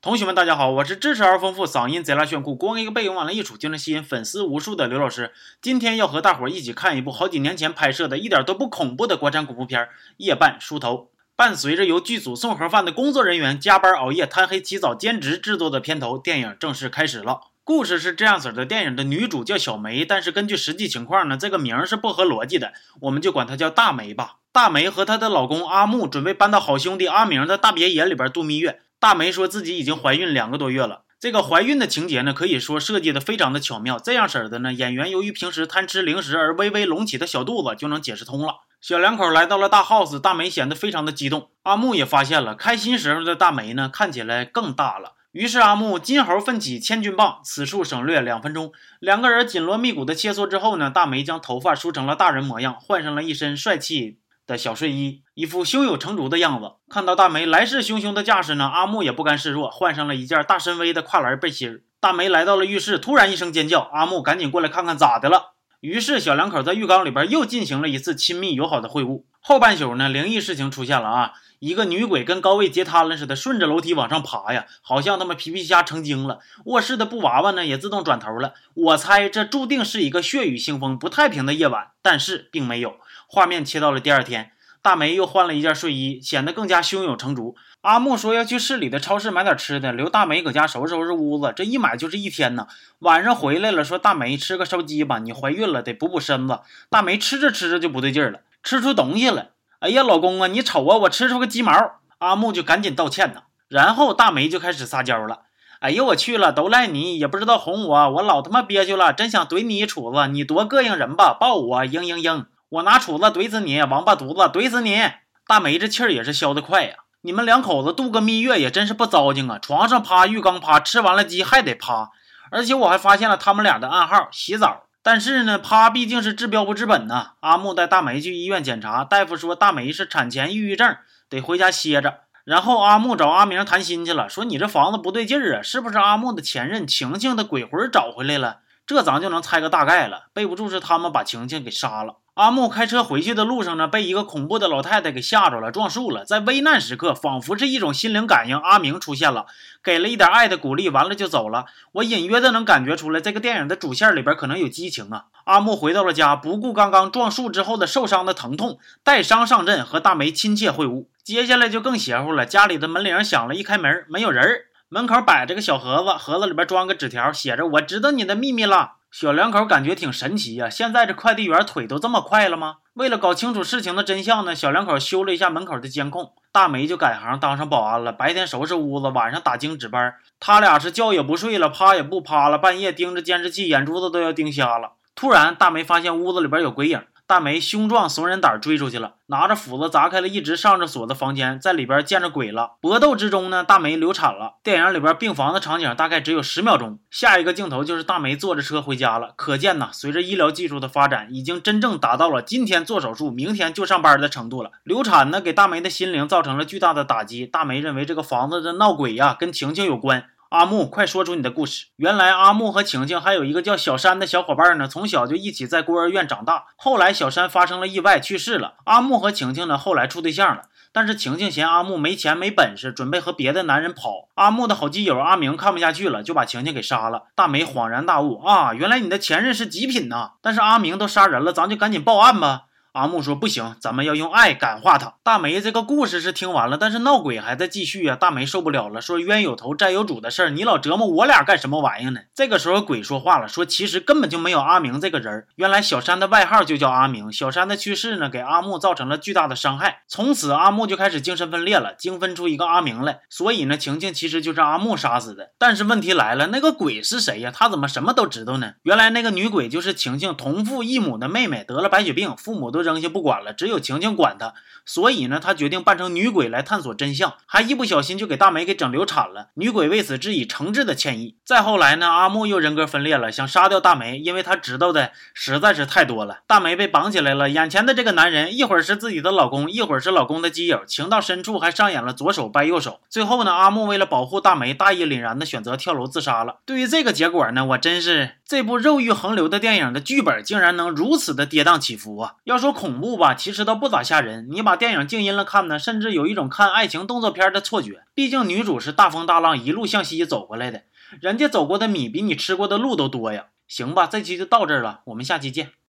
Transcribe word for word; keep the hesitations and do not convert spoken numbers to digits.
同学们大家好，我是知识而丰富，嗓音贼拉炫酷，光一个背影往那一杵就能吸引粉丝无数的刘老师。今天要和大伙一起看一部好几年前拍摄的一点都不恐怖的国产恐怖片《夜半梳头》。伴随着由剧组送盒饭的工作人员加班熬夜贪黑起早兼职制作的片头，电影正式开始了。故事是这样子的，电影的女主叫小梅，但是根据实际情况呢，这个名是不合逻辑的，我们就管她叫大梅吧。大梅和她的老公阿木准备搬到好兄弟阿明的大别野里边度蜜月。大梅说自己已经怀孕两个多月了。这个怀孕的情节呢，可以说设计的非常的巧妙。这样式儿的呢，演员由于平时贪吃零食而微微隆起的小肚子就能解释通了。小两口来到了大 house， 大梅显得非常的激动。阿木也发现了，开心时候的大梅呢，看起来更大了。于是阿木金猴奋起千钧棒，此处省略两分钟。两个人紧锣密鼓的切磋之后呢，大梅将头发梳成了大人模样，换上了一身帅气的小睡衣，一副胸有成竹的样子。看到大梅来势汹汹的架势呢，阿木也不甘示弱，换上了一件大深 V 的跨栏背心。大梅来到了浴室，突然一声尖叫，阿木赶紧过来看看咋的了。于是小两口在浴缸里边又进行了一次亲密友好的会晤。后半宿呢，灵异事情出现了啊！一个女鬼跟高位截瘫了似的，顺着楼梯往上爬呀，好像他们皮皮虾成精了。卧室的布娃娃呢也自动转头了。我猜这注定是一个血雨腥风不太平的夜晚，但是并没有。画面切到了第二天，大梅又换了一件睡衣，显得更加胸有成竹。阿木说要去市里的超市买点吃的，留大梅搁家收拾收拾屋子，这一买就是一天呢。晚上回来了，说大梅吃个烧鸡吧，你怀孕了得补补身子。大梅吃着吃着就不对劲了，吃出东西了。哎呀老公啊，你瞅啊，我吃出个鸡毛。阿木就赶紧道歉呢。然后大梅就开始撒娇了。哎呦我去了，都赖你，也不知道哄我，我老他妈憋屈了，真想怼你一杵子，你多膈应人吧，抱我，嘤嘤嘤，我拿杵子怼死你，王八犊子，怼死你。大梅这气儿也是消得快呀。你们两口子度个蜜月也真是不糟践啊，床上趴，浴缸趴，吃完了鸡还得趴。而且我还发现了他们俩的暗号，洗澡。但是呢，趴毕竟是治标不治本呐。阿木带大梅去医院检查，大夫说大梅是产前抑郁症，得回家歇着。然后阿木找阿明谈心去了，说你这房子不对劲儿啊，是不是阿木的前任晴晴的鬼魂找回来了？这咱就能猜个大概了，备不住是他们把晴晴给杀了。阿木开车回去的路上呢，被一个恐怖的老太太给吓着了，撞树了。在危难时刻，仿佛是一种心灵感应，阿明出现了，给了一点爱的鼓励，完了就走了。我隐约的能感觉出来，这个电影的主线里边可能有激情啊。阿木回到了家，不顾刚刚撞树之后的受伤的疼痛，带伤上阵，和大梅亲切会晤。接下来就更邪乎了，家里的门铃响了，一开门没有人，门口摆着个小盒子，盒子里边装个纸条，写着我知道你的秘密了。小两口感觉挺神奇呀、啊，现在这快递员腿都这么快了吗？为了搞清楚事情的真相呢，小两口修了一下门口的监控，大梅就改行当上保安了，白天收拾屋子，晚上打更值班。他俩是觉也不睡了，趴也不趴了，半夜盯着监视器，眼珠子都要盯瞎了。突然大梅发现屋子里边有鬼影，大梅胸壮怂人胆追出去了，拿着斧子砸开了一直上着锁的房间，在里边见着鬼了。搏斗之中呢，大梅流产了。电影里边病房的场景大概只有十秒钟，下一个镜头就是大梅坐着车回家了。可见呢，随着医疗技术的发展，已经真正达到了今天做手术明天就上班的程度了。流产呢，给大梅的心灵造成了巨大的打击。大梅认为这个房子的闹鬼呀，跟晴晴有关。阿木，快说出你的故事。原来阿木和晴晴还有一个叫小山的小伙伴呢，从小就一起在孤儿院长大。后来小山发生了意外去世了，阿木和晴晴呢后来处对象了。但是晴晴嫌阿木没钱没本事，准备和别的男人跑。阿木的好基友阿明看不下去了，就把晴晴给杀了。大梅恍然大悟啊，原来你的前任是极品呐！但是阿明都杀人了，咱就赶紧报案吧。阿木说不行，咱们要用爱感化他。大梅这个故事是听完了，但是闹鬼还在继续啊。大梅受不了了，说冤有头债有主的事儿，你老折磨我俩干什么玩意呢？这个时候鬼说话了，说其实根本就没有阿明这个人，原来小山的外号就叫阿明。小山的去世呢，给阿木造成了巨大的伤害，从此阿木就开始精神分裂了，精分出一个阿明来。所以呢，晴晴其实就是阿木杀死的。但是问题来了，那个鬼是谁呀？他怎么什么都知道呢？原来那个女鬼就是晴晴同父异母的妹妹，得了白血病，父母都扔下不管了，只有晴晴管她。所以呢，她决定扮成女鬼来探索真相，还一不小心就给大梅给整流产了。女鬼为此致以诚挚的歉意。再后来呢，阿木又人格分裂了，想杀掉大梅，因为他知道的实在是太多了。大梅被绑起来了，眼前的这个男人一会儿是自己的老公，一会儿是老公的基友，情到深处还上演了左手掰右手。最后呢，阿木为了保护大梅，大义凛然的选择跳楼自杀了。对于这个结果呢，我真是这部肉欲横流的电影的剧本竟然能如此的跌宕起伏啊！要说恐怖吧，其实倒不咋吓人，你把电影静音了看呢，甚至有一种看爱情动作片的错觉。毕竟女主是大风大浪一路向西走过来的，人家走过的米比你吃过的路都多呀。行吧，这期就到这儿了，我们下期见。